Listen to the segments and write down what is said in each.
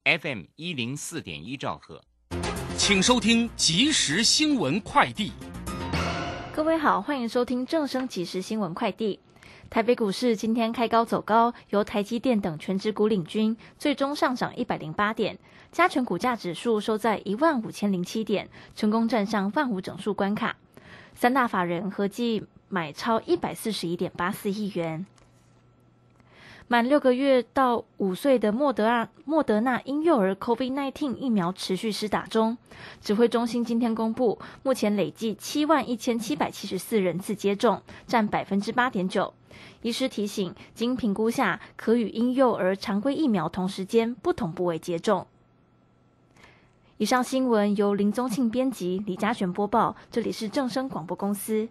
FM104.1兆赫， 请收听即时新闻快递。 各位好，欢迎收听正声即时新闻快递。台北股市今天开高走高，由台积电等全指股领军，最终上涨108点，加权股价指数收在15007点，成功站上15000整数关卡。三大法人合计买超141.84亿元。满6个月到5岁的莫德纳婴幼儿 COVID-19 疫苗持续施打中。指挥中心今天公布，目前累计71774人次接种，占 8.9%。医师提醒，经评估下，可与婴幼儿常规疫苗同时间不同部位接种。以上新闻由林宗庆编辑，李嘉璇播报，这里是正声广播公司。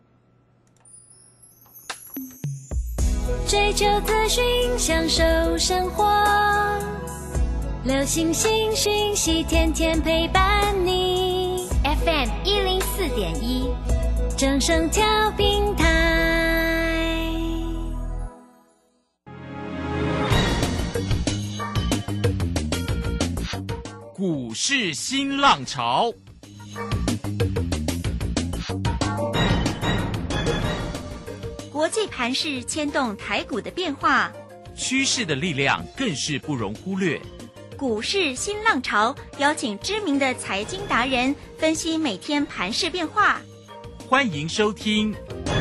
追求资讯，享受生活，流星星讯息，天天陪伴你。FM104.1，正声调频台。 股市新浪潮， 国际盘势牵动台股的变化， 趋势的力量更是不容忽略。 股市新浪潮邀请知名的财经达人分析每天盘势变化。 欢迎收听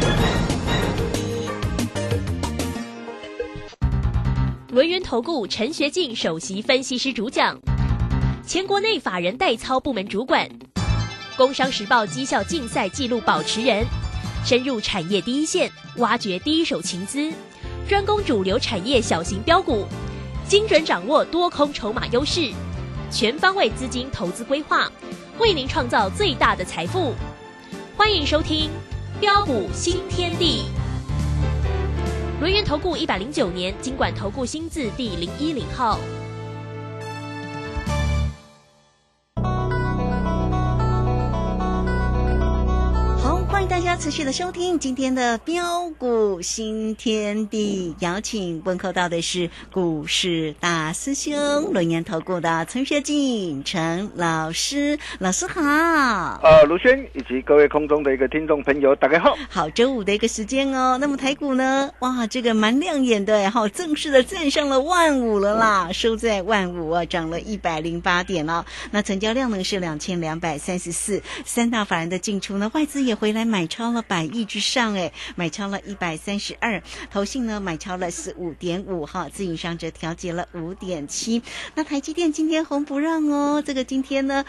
轮源投顾陈学进首席分析师主讲，前国内法人代操部门主管，工商时报绩效竞赛纪录保持人，深入产业第一线，挖掘第一手情资，专攻主流产业小型标股，精准掌握多空筹码优势，全方位资金投资规划，为您创造最大的财富。欢迎收听标股新天地。轮源投顾109年金管投顾新字第010号。 欢迎大家持续的收听今天的标股新天地，邀请问候到的是股市大师兄轮源投顾的陈学进陈老师，老师好。 卢轩以及各位空中的一个听众朋友大家好。 好，周五的一个时间哦，那么台股呢，哇，这个蛮亮眼的，正式的站上了15000了啦，收在15000啊，涨了108点哦。那成交量呢是2234，三大法人的进出呢，外资也回来买超了100亿之上，买超了132，投信呢买超了15.5哈，自营商则调节了5.7。那台积电今天红不让哦，这个今天呢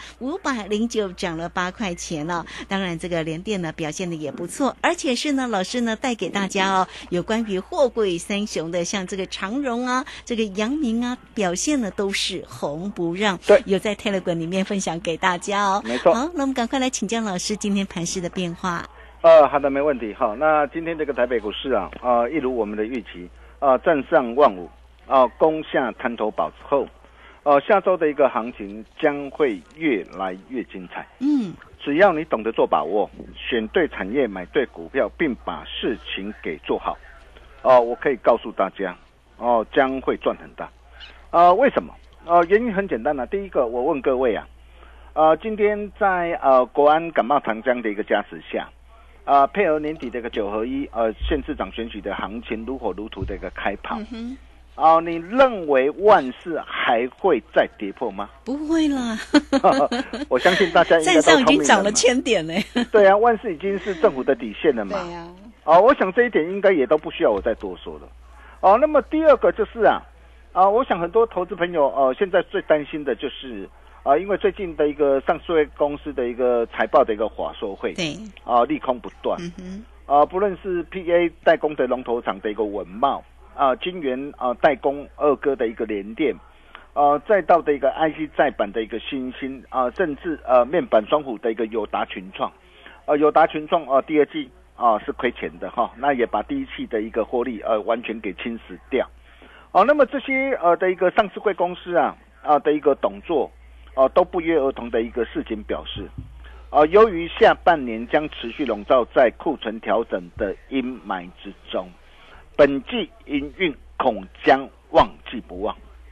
509涨了8块钱了。当然这个联电呢表现的也不错，而且是呢老师呢带给大家哦，有关于货柜三雄的，像这个长荣啊，这个阳明啊，表现呢都是红不让。 对， 有在 Telegram 里面分享给大家哦。 没错。 好，那我们赶快来请教老师今天盘势的变化。 好的，没问题。好，那今天这个台北股市啊，一如我们的预期，站上15000，攻下滩头堡之后，下周的一个行情将会越来越精彩。只要你懂得做把握，选对产业，买对股票，并把事情给做好，我可以告诉大家，将会赚很大。为什么？原因很简单啊。第一个，我问各位啊，今天在国安感冒糖浆的一个加持下，配合年底的一个9合1县市长选举的行情如火如荼的一个开跑，你认为万事还会再跌破吗？ 不会啦。 我相信大家应该都站上已经涨了1000点嘞。 对啊，万事已经是政府的底线了嘛。 对啊。 我想这一点应该也都不需要我再多说了。那么第二个就是我想很多投资朋友现在最担心的就是因为最近的一个上市公司的一个财报的一个法说会， 对， 利空不断，不论是 PA 代工的龙头厂的一个文茂，晶圆代工二哥的一个联电，再到的一个 IC 载板的一个新兴甚至面板双虎的一个友达群创，友达群创第二季是亏钱的哈，那也把第一季的一个获利完全给侵蚀掉。那么这些的一个上市柜公司的一个动作都不约而同的一个事情表示，由于下半年将持续笼罩在库存调整的阴霾之中，本季营运恐将旺季不旺。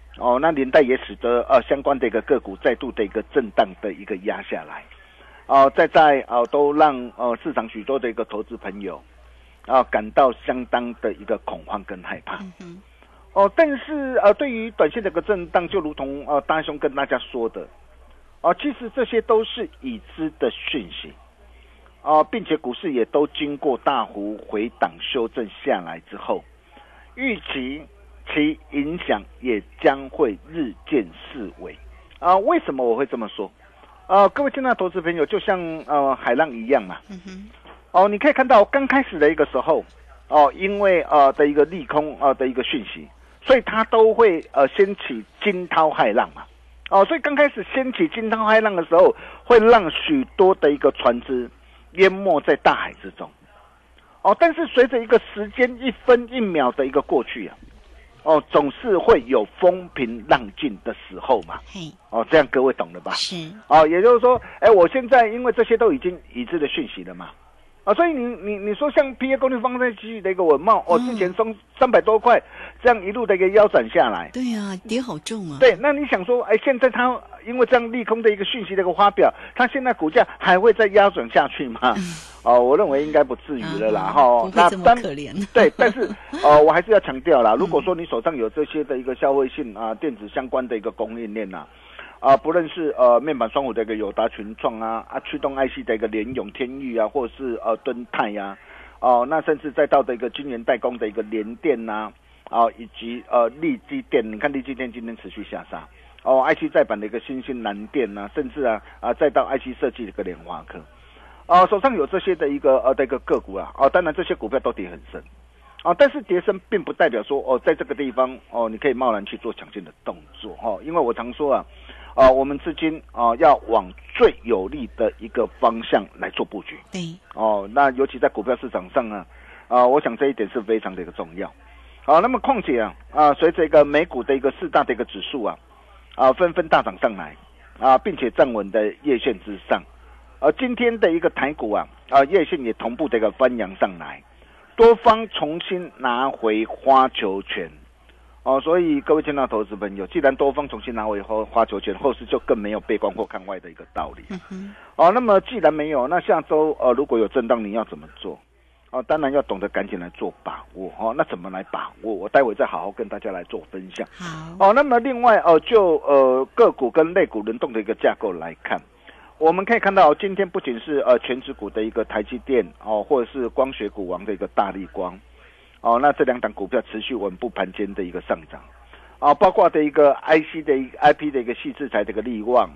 那连带也使得相关的一个个股再度的一个震荡的一个压下来，都让市场许多的一个投资朋友感到相当的一个恐慌跟害怕。但是对于短线的一个震荡，就如同大兄跟大家说的，其实这些都是已知的讯息，并且股市也都经过大幅回档修正下来之后，预期其影响也将会日渐式微。为什么我会这么说？各位亲爱的投资朋友，就像海浪一样嘛。你可以看到刚开始的一个时候，因为的一个利空的一个讯息，所以它都会掀起惊涛骇浪嘛。所以刚开始掀起惊涛骇浪的时候，会让许多的一个船只淹没在大海之中。但是随着一个时间一分一秒的一个过去总是会有风平浪静的时候嘛。这样各位懂了吧？是。也就是说，我现在因为这些都已经已知的讯息了嘛。所以你说像 PA 功率放在机器的一个稳懋，之前从300多块这样一路的一个腰斩下来， 对啊，跌好重啊。 对，那你想说，现在它因为这样利空的一个讯息的一个发表，它现在股价还会再腰斩下去吗？我认为应该不至于了啦， 不会这么可怜。 对，但是我还是要强调啦，如果说你手上有这些的一个消费性电子相关的一个供应链不论是面板双虎的一个友达、群创驱动 IC 的一个联咏、天钰或者是敦泰那甚至再到的一个晶圆代工的一个联电以及力积电，你看力积电今天持续下杀，IC 再版的一个新兴南电甚至再到 IC 设计的一个联华科，手上有这些的一个个股当然这些股票都跌很深。但是跌深并不代表说在这个地方你可以贸然去做强劲的动作因为我常说我们资金要往最有利的一个方向来做布局。对那尤其在股票市场上我想这一点是非常的一个重要。那么况且随着一个美股的一个4大的一个指数纷纷大涨上来并且站稳的月线之上，今天的一个台股月线也同步的一个翻扬上来。多方重新拿回花球权所以各位亲爱的投资朋友，既然多方重新拿回花球权，后市就更没有悲观或看坏的一个道理。那么既然没有，那下周如果有震荡，你要怎么做？当然要懂得赶紧来做把握那怎么来把握？我待会再好好跟大家来做分享。好那么另外就个股跟类股轮动的一个架构来看，我们可以看到今天不仅是全指股的一个台积电或者是光学股王的一个大立光那这两档股票持续稳步盘间的一个上涨包括的一个 IC 的一个 IP 的一个矽智财的一个力旺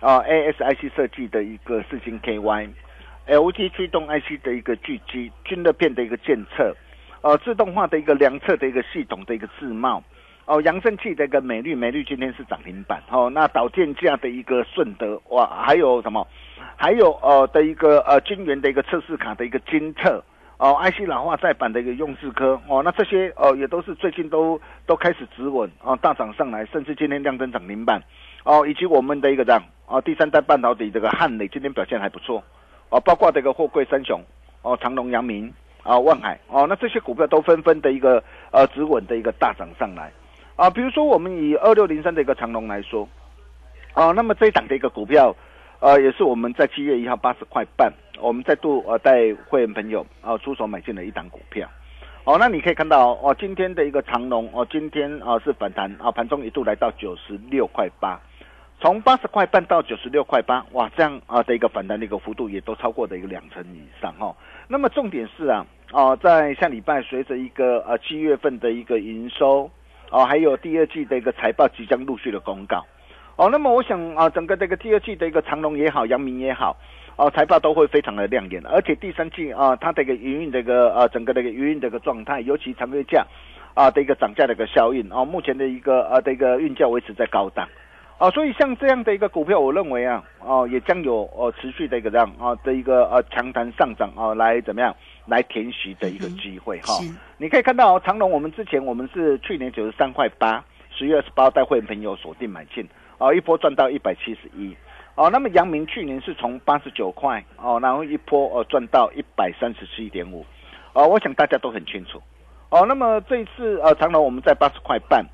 ASIC 设计的一个世芯 KY LT 驱动 IC 的一个巨基均热片的一个检测自动化的一个量测的一个系统的一个自贸扬声器的一个美绿今天是涨停板那导电价的一个顺德还有什么？还有的一个晶圆的一个测试卡的一个精测IC 老化再版的一个用智科那这些也都是最近都开始止稳大涨上来，甚至今天亮灯涨停板以及我们的一个第三代半导体这个汉磊今天表现还不错包括这个货柜三雄长荣、阳明万海那这些股票都纷纷的一个止稳的一个大涨上来。比如说我们以2603的一个长荣来说那么这一档的一个股票也是我们在7月1号80块半我们再度带会员朋友出手买进了一档股票那你可以看到今天的一个长荣今天是反弹盘中一度来到96块8，从80块半到96块8，哇，这样的一个反弹的一个幅度也都超过的一个2成以上那么重点是在下礼拜随着一个7月份的一个营收还有第二季的一个财报即将陆续的公告那么我想整个这个第二季的一个长荣也好，阳明也好财报都会非常的亮眼，而且第三季它的一个营运的一个整个的一个营运的一个状态，尤其长约价的一个涨价的一个效应目前的一个运价维持在高档所以像这样的一个股票，我认为也将有持续的一个这样的一个强弹上涨来怎么样来填息的一个机会你可以看到长荣我们是去年93块8 10月28带会员朋友锁定买进一波赚到171那么阳明去年是从89块然后一波赚到137.5我想大家都很清楚那么这一次长荣我们在80块半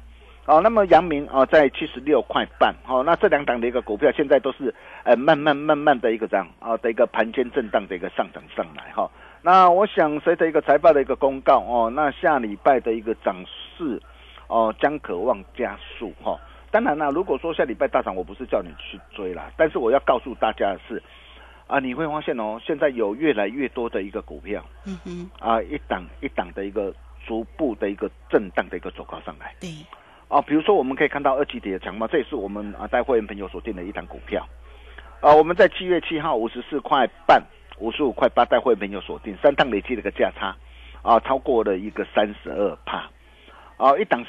那么阳明在76块半，那这2档的一个股票现在都是慢慢的一个这样的一个盘间震荡的一个上涨上来哈。那我想随着一个财报的一个公告那下礼拜的一个涨势将可望加速哈。当然啦，如果说下礼拜大涨，我不是叫你去追啦，但是我要告诉大家的是你会发现现在有越来越多的一个股票，一档一档的一个逐步的一个震荡的一个走高上来。 对。 比如说我们可以看到2级跌的强茂，这也是我们带会员朋友锁定的一档股票。我们在7月7号54块半、55块8带会员朋友锁定，3趟累计的一个价差超过了一个32%，一档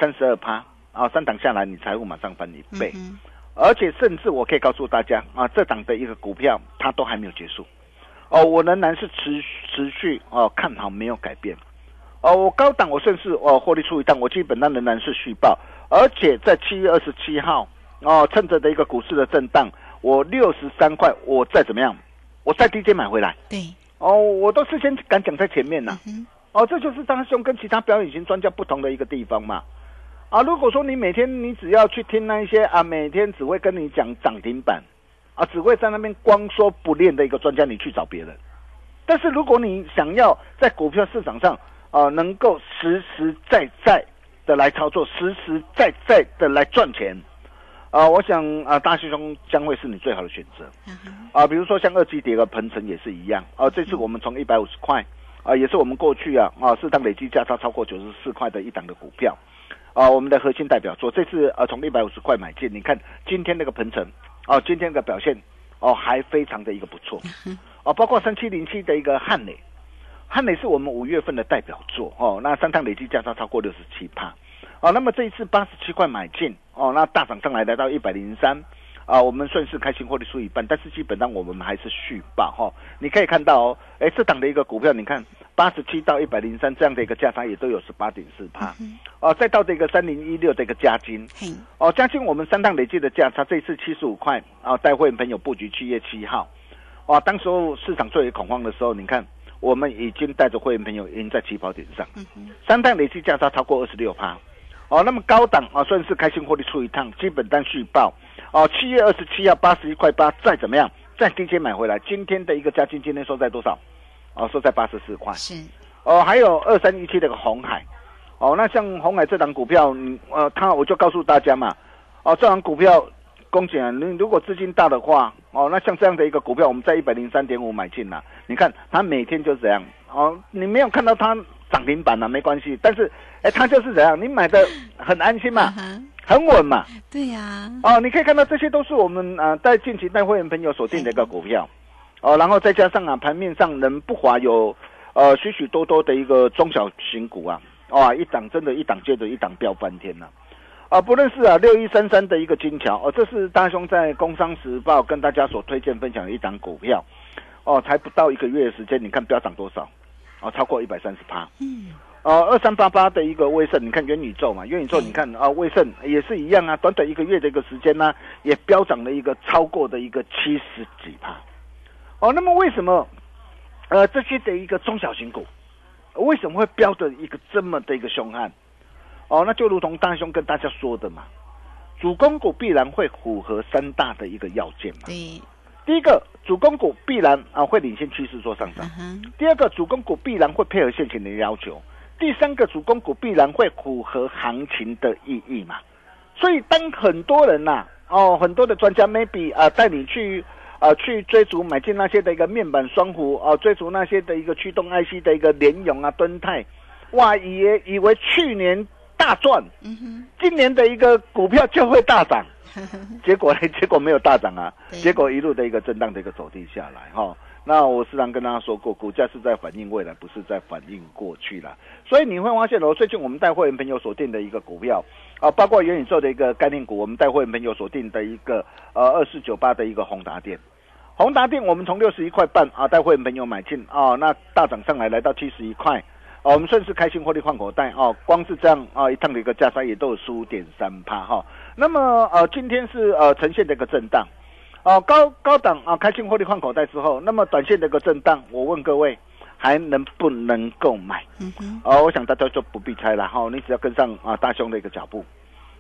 32%，3档下来你财富马上翻1倍。而且甚至我可以告诉大家这档的一个股票它都还没有结束我仍然是持续看好，没有改变我高档我顺势获利出一档，我基本上仍然是续报，而且在7月27号趁着的一个股市的震荡，我63块我再怎么样，我再低阶买回来。 对我都事先敢讲在前面呢这就是张兄跟其他表演型专家不同的一个地方嘛。如果说你每天你只要去听那一些每天只会跟你讲涨停板只会在那边光说不练的一个专家，你去找别人。但是如果你想要在股票市场上能够实实在在的来操作，实实在在的来赚钱我想大师兄将会是你最好的选择比如说像2级跌的鹏程也是一样这次我们从150块也是我们过去4档累计价差超过94块的一档的股票我们的核心代表作，这次从150块买进，你看今天那个鹏程今天的表现还非常的一个不错包括3707的一个汉磊是我们5月份的代表作那3趟累计价差超过67%那么这一次87块买进那大涨上来到103我们顺势开心获利出一半，但是基本上我们还是续报你可以看到这档的一个股票，你看87到103这样的一个价差也都有 18.4%再到这个3016的一个嘉金嘉金我们3档累计的价差，这一次75块带会员朋友布局7月7号当时候市场最为恐慌的时候，你看我们已经带着会员朋友已经在起跑点上3档累计价差超过 26%那么高档顺势开心获利出一趟，基本单续报7月27号81块8，再怎么样再低阶买回来，今天的一个嘉金今天收在多少收在84块。 是还有2317的一个鸿海那像鸿海这档股票我就告诉大家嘛这档股票恭喜你如果资金大的话那像这样的一个股票我们在 103.5 买进了，你看它每天就这样你没有看到它涨停板没关系，但是它就是这样，你买的很安心嘛很稳嘛。 对呀你可以看到这些都是我们在近期带会员朋友锁定的一个股票然后再加上盘面上人不乏有许许多多的一个中小型股一档真的一档接着一档飙翻天不论是6133的一个金桥这是大兄在工商时报跟大家所推荐分享的一档股票才不到1个月的时间，你看飙涨多少超过130%。2388的一个威盛，你看元宇宙嘛，元宇宙你看威盛也是一样短短1个月的一个时间呢也飙涨了一个超过的一个70几%那么为什么这些的一个中小型股为什么会飙的一个这么的一个凶悍那就如同大兄跟大家说的嘛，主攻股必然会符合3大的一个要件嘛。 对， 第一个，主攻股必然会领先趋势做上涨；第二个，主攻股必然会配合现行的要求；第三个，主攻股必然会符合行情的意义嘛。所以，当很多人很多的专家 maybe 带你去追逐买进那些的一个面板双虎追逐那些的一个驱动 IC 的一个联咏敦泰，哇，以为去年大赚，今年的一个股票就会大涨，结果没有大涨结果一路的一个震荡的一个走低下来那我时常跟大家说过，股价是在反映未来，不是在反映过去啦。所以你会发现最近我们带会员朋友锁定的一个股票包括元宇宙的一个概念股，我们带会员朋友锁定的一个2498的一个宏达电。宏达电我们从61块半带会员朋友买进那大涨上来到71块我们顺势开心获利换口袋光是这样一趟的一个价差也都有 15.3% 那么今天是呈现的一个震荡高档开心获利换口袋之后，那么短线的一个震荡，我问各位还能不能购买我想大家就不必猜了你只要跟上大兄的一个脚步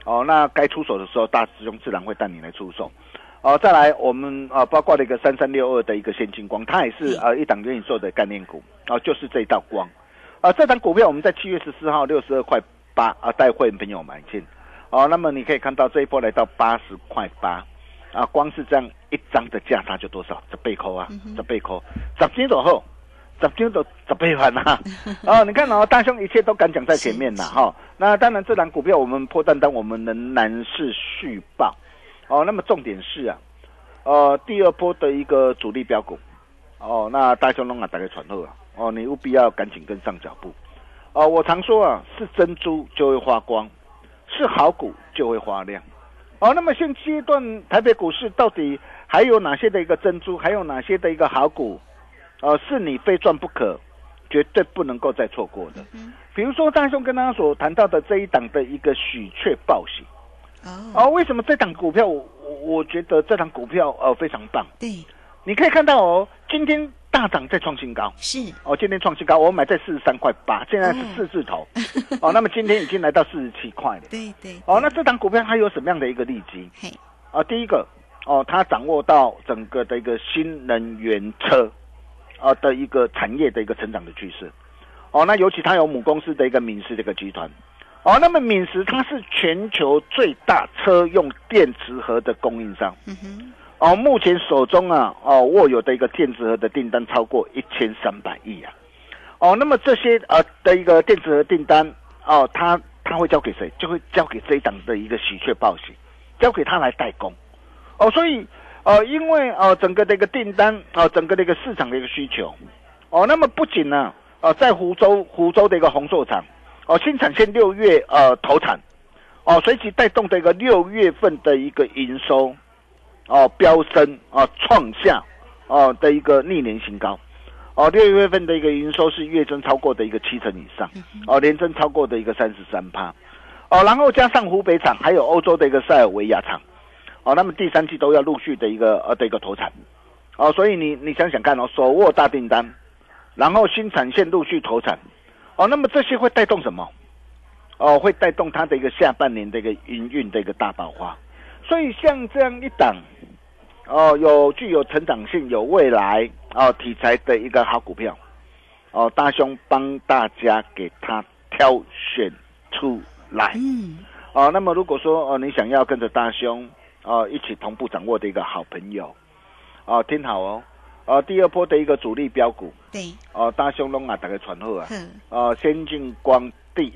那该出手的时候，大师兄自然会带你来出手。再来我们包括了一个3362的一个先进光，它也是一档元宇宙的概念股就是这一道光这档股票我们在7月14号62块8带会员朋友买进那么你可以看到这一波来到80块8光是这样一张的价差就多少？10倍啊，10倍，10斤左右，10斤都10倍盘你看大兄一切都敢讲在前面啦那当然这档股票我们破单单我们仍然是续报那么重点是第二波的一个主力标股那大兄大家传后你务必要赶紧跟上脚步我常说是珍珠就会发光，是好股就会发亮那么现阶段台北股市到底还有哪些的一个珍珠，还有哪些的一个好股是你非赚不可，绝对不能够再错过的比如说大兄跟大家所谈到的这一档的一个喜鹊报喜为什么这档股票我觉得这档股票非常棒？ 对， 你可以看到今天大涨再创新高， 是今天创新高，我买在43块8，现在是4字头那么今天已经来到47块了。 对对那这档股票它有什么样的一个利基？第一个它掌握到整个的一个新能源车的一个产业的一个成长的趋势那尤其它有母公司的一个敏实的一个集团那么敏实它是全球最大车用电池盒的供应商目前手中握有的一个电池盒的订单超过1300亿那么这些的一个电池盒订单它会交给谁？就会交给这一档的一个喜鹊报喜，交给他来代工所以因为整个的一个订单整个的一个市场的一个需求那么不仅呢在湖州的一个红寿厂新产线6月投产随即带动的一个6月份的一个营收飙升创下的一个历年新高6月份的一个营收是月增超过的一个70%以上年增超过的一个33%然后加上湖北厂还有欧洲的一个塞尔维亚厂那么第3季都要陆续的一个投产所以你想想看手握大订单，然后新产线陆续投产那么这些会带动什么会带动它的一个下半年的一个营运的一个大爆发。所以像这样一档具有成长性有未来题材的一个好股票大兄帮大家给它挑选出来那么如果说你想要跟着大兄一起同步掌握的一个好朋友听好第二波的一个主力标股对大兄大家传后先进光第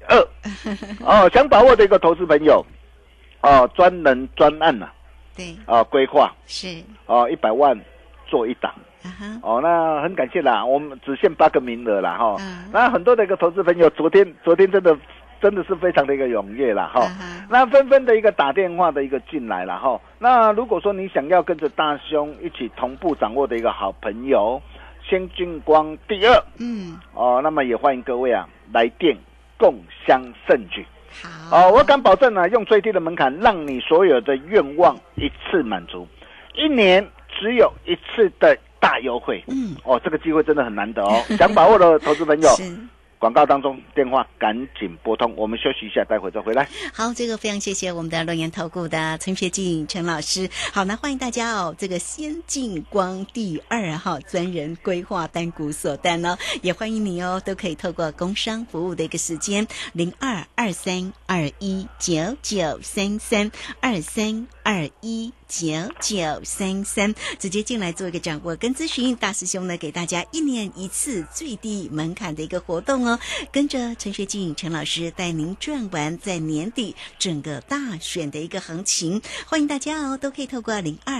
2想把握的一个投资朋友专人专案对规划是 100万做一档那很感谢啦，我们只限8个名额啦那很多的一个投资朋友昨天真的是非常的一个踊跃啦那纷纷的一个打电话的一个进来啦那如果说你想要跟着大兄一起同步掌握的一个好朋友先进光第2那么也欢迎各位来电共襄盛举我敢保证用最低的门槛让你所有的愿望一次满足，1年只有一次的大优惠这个机会真的很难得想把握的投资朋友广告当中电话赶紧拨通，我们休息一下，待会再回来。 好，这个非常谢谢我们的龙岩投顾的陈学进陈老师。好，那欢迎大家这个先进光第2专人规划单股锁单也欢迎你都可以透过工商服务的一个时间022321993323219933直接进来做一个掌握跟咨询。大师兄呢给大家1年1次最低门槛的一个活动跟着陈学进陈老师带您赚完在年底整个大选的一个行情，欢迎大家都可以透过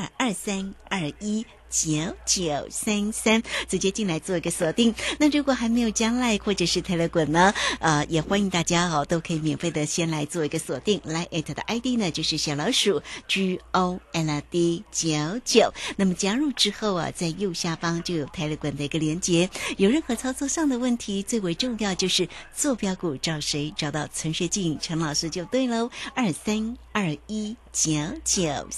0223219933直接进来做一个锁定。那如果还没有加 LINE 或者是 Telegram 呢也欢迎大家都可以免费的先来做一个锁定。来 at 的 ID 呢就是小老鼠 GOLD99， 那么加入之后在右下方就有 Telegram 的一个连结。有任何操作上的问题，最为重要就是做标股找谁？找到陈学进陈老师就对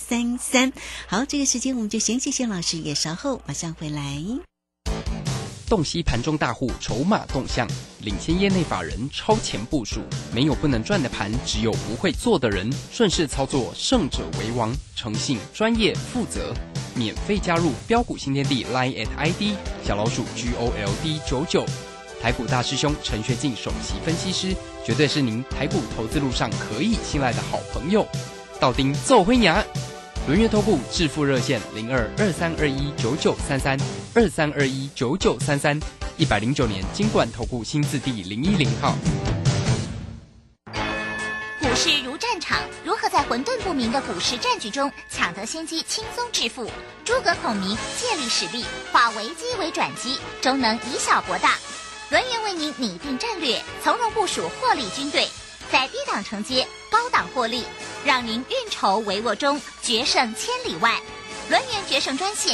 喽。23219933。好，这个时间我们就先谢谢老师，也稍后马上回来。 洞悉盘中大户筹码动向，领先业内法人超前部署。没有不能赚的盘，只有不会做的人。顺势操作，胜者为王。诚信、专业、负责。免费加入标股新天地 Line ID 小老鼠 GOLD99。台股大师兄陈学进首席分析师，绝对是您台股投资路上可以信赖的好朋友。道丁奏灰牙，轮月投顾致富热线02-2321-9933，2321-9933，109年金管投顾新字第010号。 股市如战场，如何在混沌不明的股市战局中抢得先机，轻松致富？诸葛孔明借力使力，化危机为转机，终能以小博大。轮源为您拟定战略，从容部署获利军队，在低档承接，高档获利，让您运筹帷幄中决胜千里外。轮源决胜专线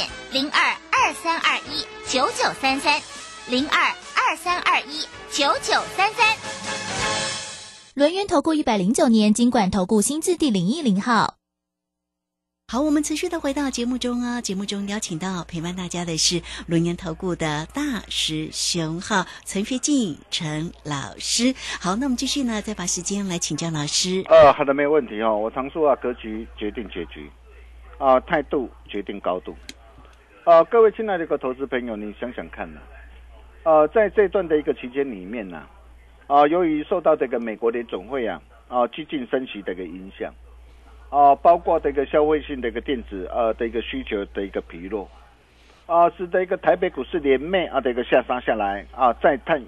02-2321-9933，02-2321-9933。 轮源投顾109年金管投顾新字第010号。 好，我们持续的回到节目中啊，节目中邀请到陪伴大家的是轮源投顾的大师兄陈学进陈老师。好，那我们继续呢，再把时间来请教老师。 好的，没有问题哦。我常说啊，格局决定结局，态度决定高度。各位亲爱的一个投资朋友，你想想看呢，在这段的一个期间里面呢，由于受到这个美国联总会激进升息的一个影响。包括这个消费性的一个电子的一个需求的一个疲弱，使得一个台北股市连袂的一个下杀下来再探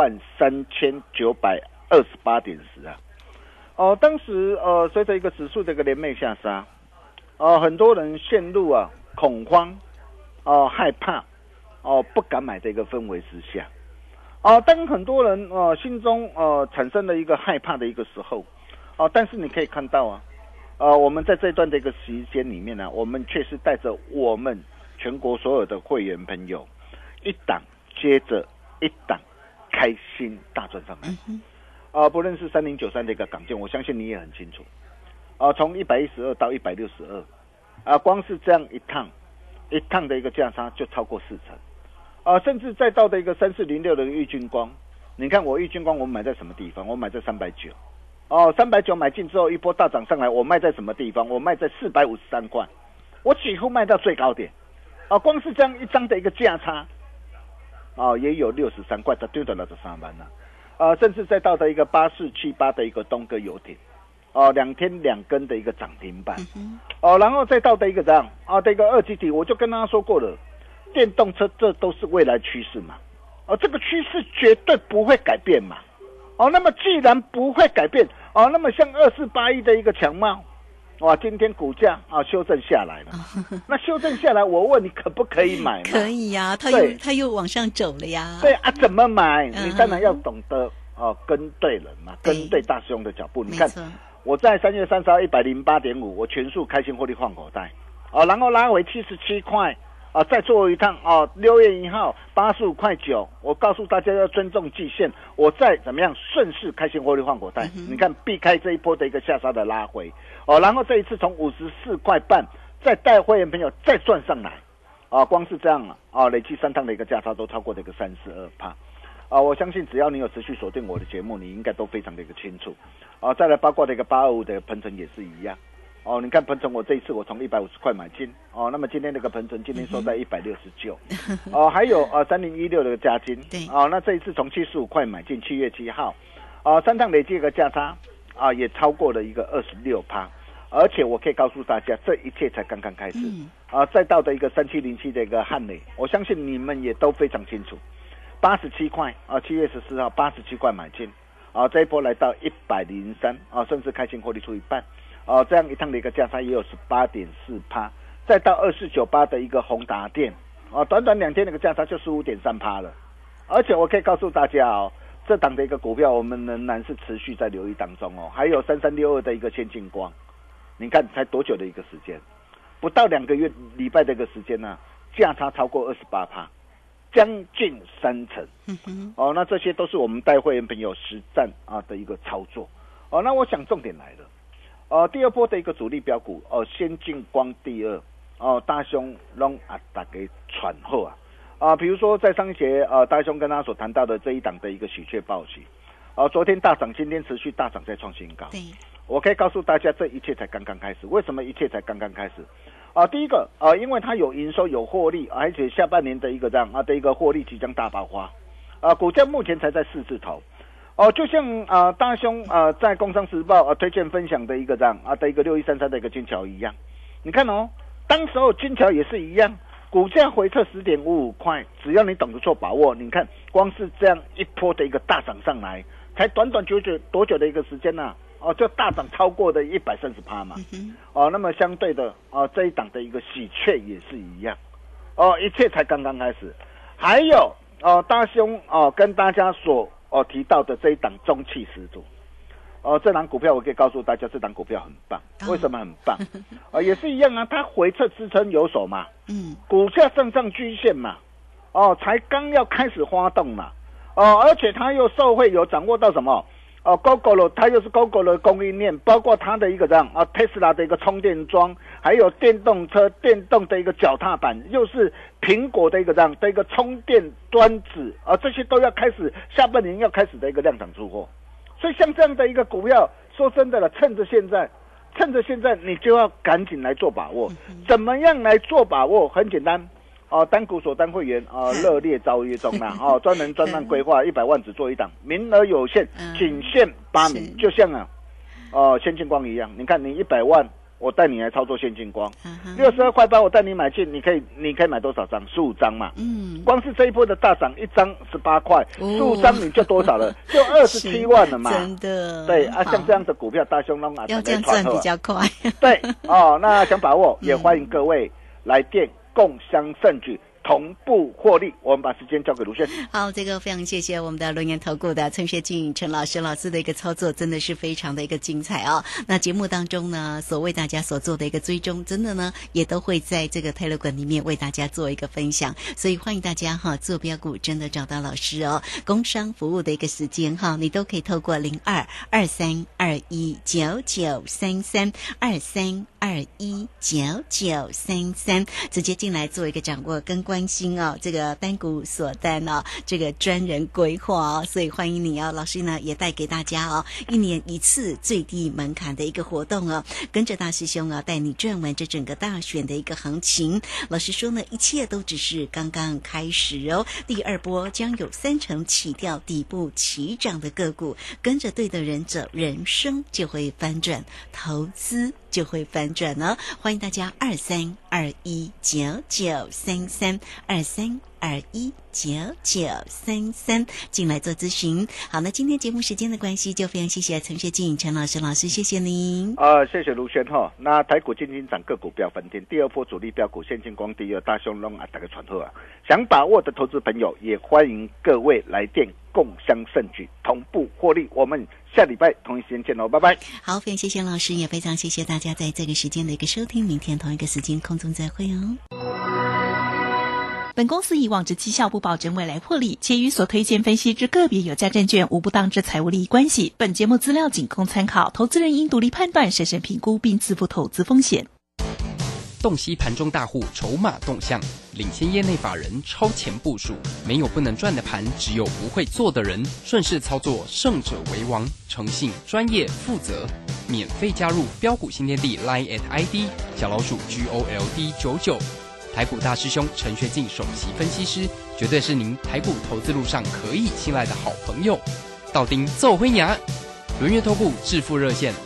13928.10当时随着一个指数的一个连袂下杀，很多人陷入恐慌害怕不敢买的一个氛围之下当很多人心中产生了一个害怕的一个时候但是你可以看到我们在这段的一个时间里面呢，我们却是带着我们全国所有的会员朋友，一档接着一档开心大赚上来。不论是3093的一个港建，我相信你也很清楚。从112到162，光是这样一趟的一个价差就超过40%。甚至再到的一个3406的玉军光，你看我玉军光我买在什么地方？我买在390。390买进之后一波大涨上来，我卖在什么地方？我卖在453块，我几乎卖到最高点。光是这样一张的一个价差，也有63块，它丢到了这3万了。甚至再到的一个8478的一个东哥游艇，2天2根的一个涨停板。然后再到的一个这样的一个二极体，我就跟大家说过了，电动车这都是未来趋势嘛。这个趋势绝对不会改变嘛。那么既然不会改变那么像2481的一个强茂今天股价修正下来了。那修正下来，我问你可不可以买？ 可以呀，它又往上走了呀。 对怎么买？你当然要懂得跟对人嘛，跟对大师兄的脚步。你看我在3月30号108.5，我全数开心获利换口袋然后拉回77块。再做一趟6月1号85.9块，我告诉大家要尊重季线，我再怎么样顺势开心获利换口袋。你看避开这一波的一个下杀的拉回然后这一次从54块半再带会员朋友再赚上来光是这样累计3趟的一个价差都超过这个32%我相信只要你有持续锁定我的节目，你应该都非常的一个清楚再来包括这个825的鹏程也是一样你看鹏程我这一次我从150块买进那么今天那个鹏程今天收在169还有3016的加金那这一次从75块买进，7月7号3趟累计一个价差也超过了一个26%，而且我可以告诉大家，这一切才刚刚开始再到的一个3707的一个汉磊，我相信你们也都非常清楚，87块7月14号87块买进这一波来到103甚至开心获利出一半这样一趟的一个价差也有 18.4%， 再到2498的一个宏达电短短2天的一个价差就 15.3% 了。而且我可以告诉大家这档的一个股票我们仍然是持续在留意当中还有3362的一个先进光，你看才多久的一个时间，不到2个月礼拜的一个时间价差超过 28%， 将近30%那这些都是我们带会员朋友实战的一个操作那我想重点来了第二波的一个主力标股先进光第二大兄拢大家传后比如说在上一节大兄跟他所谈到的这一档的一个喜鹊报喜，昨天大涨，今天持续大涨，再创新高。 对， 我可以告诉大家，这一切才刚刚开始。为什么一切才刚刚开始？第一个因为它有营收有获利，而且下半年的一个这样的一个获利即将大爆发。股价目前才在4字头。就像大兄在工商时报推荐分享的一个这样的一个6133的一个金桥一样，你看当时候金桥也是一样，股价回撤10.55块，只要你懂得做把握，你看光是这样一波的一个大涨上来，才短短多久的一个时间呢？就大涨超过的130%嘛。那么相对的这一档的一个喜鹊也是一样，一切才刚刚开始。还有大兄跟大家所提到的这一档中气十足，这档股票我可以告诉大家，这档股票很棒。为什么很棒？也是一样啊，它回撤支撑有手嘛，股价站上均线嘛，才刚要开始发动嘛，而且它又受惠有掌握到什么？Google 它又是 Google 的供应链，包括它的一个这样Tesla 的一个充电桩，还有电动车电动的一个脚踏板，又是苹果的一个这样的一个充电端子这些都要开始下半年要开始的一个量产出货。所以像这样的一个股票，说真的了，趁着现在你就要赶紧来做把握。怎么样来做把握？很简单。单股锁单会员热烈招约中啦！专人专案规划100万只做一档，名额有限，仅限8名。就像先进光一样，你看你100万，我带你来操作先进光，62块8我带你买进，你可以买多少张？15张嘛。光是这一波的大涨，一张18块，15张你就多少了？就27万了嘛。 真的。 对像这样的股票，大兄弄要这样赚比较快。 对那想把握，也欢迎各位来电。共襄盛举，同步获利。我们把时间交给卢轩。 好，这个非常谢谢我们的轮研投顾的陈学进陈老师的一个操作，真的是非常的一个精彩那节目当中呢，所为大家所做的一个追踪，真的呢也都会在这个Telegram里面为大家做一个分享，所以欢迎大家做标股真的找到老师工商服务的一个时间你都可以透过022321993323219933直接进来做一个掌握跟关心这个单股锁单这个专人规划所以欢迎你老师呢也带给大家1年1次最低门槛的一个活动跟着大师兄带你赚完这整个大选的一个行情。老师说呢，一切都只是刚刚开始第二波将有30%起跳底部起涨的个股，跟着对的人走，人生就会翻转，投资就会翻转欢迎大家2321993323219933进来做咨询。好，那今天节目时间的关系，就非常谢谢陈学进陈老师，谢谢您。 谢谢卢轩那台股金涨，个股飙翻天，第二波主力标股先进光第二大凶龙大家传后想把握的投资朋友，也欢迎各位来电共襄盛举，同步获利。我们下礼拜同一时间见拜拜。 好，非常谢谢老师，也非常谢谢大家在这个时间的一个收听，明天同一个时间空中再会本公司以往之绩效不保证未来获利，且与所推荐分析之个别有价证券无不当之财务利益关系。本节目资料仅供参考，投资人应独立判断、审慎评估并自负投资风险。 洞悉盘中大户筹码动向，领先业内法人超前部署，没有不能赚的盘，只有不会做的人。顺势操作，胜者为王。诚信、专业、负责，免费加入标股新天地 Line ID 小老鼠 GOLD99。台股大师兄陈学进首席分析师，绝对是您台股投资路上可以信赖的好朋友。道丁奏辉牙，轮月投顾致富热线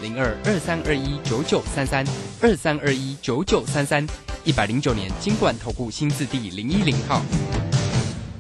0223219933，23219933，109年金管投顾新字第010号。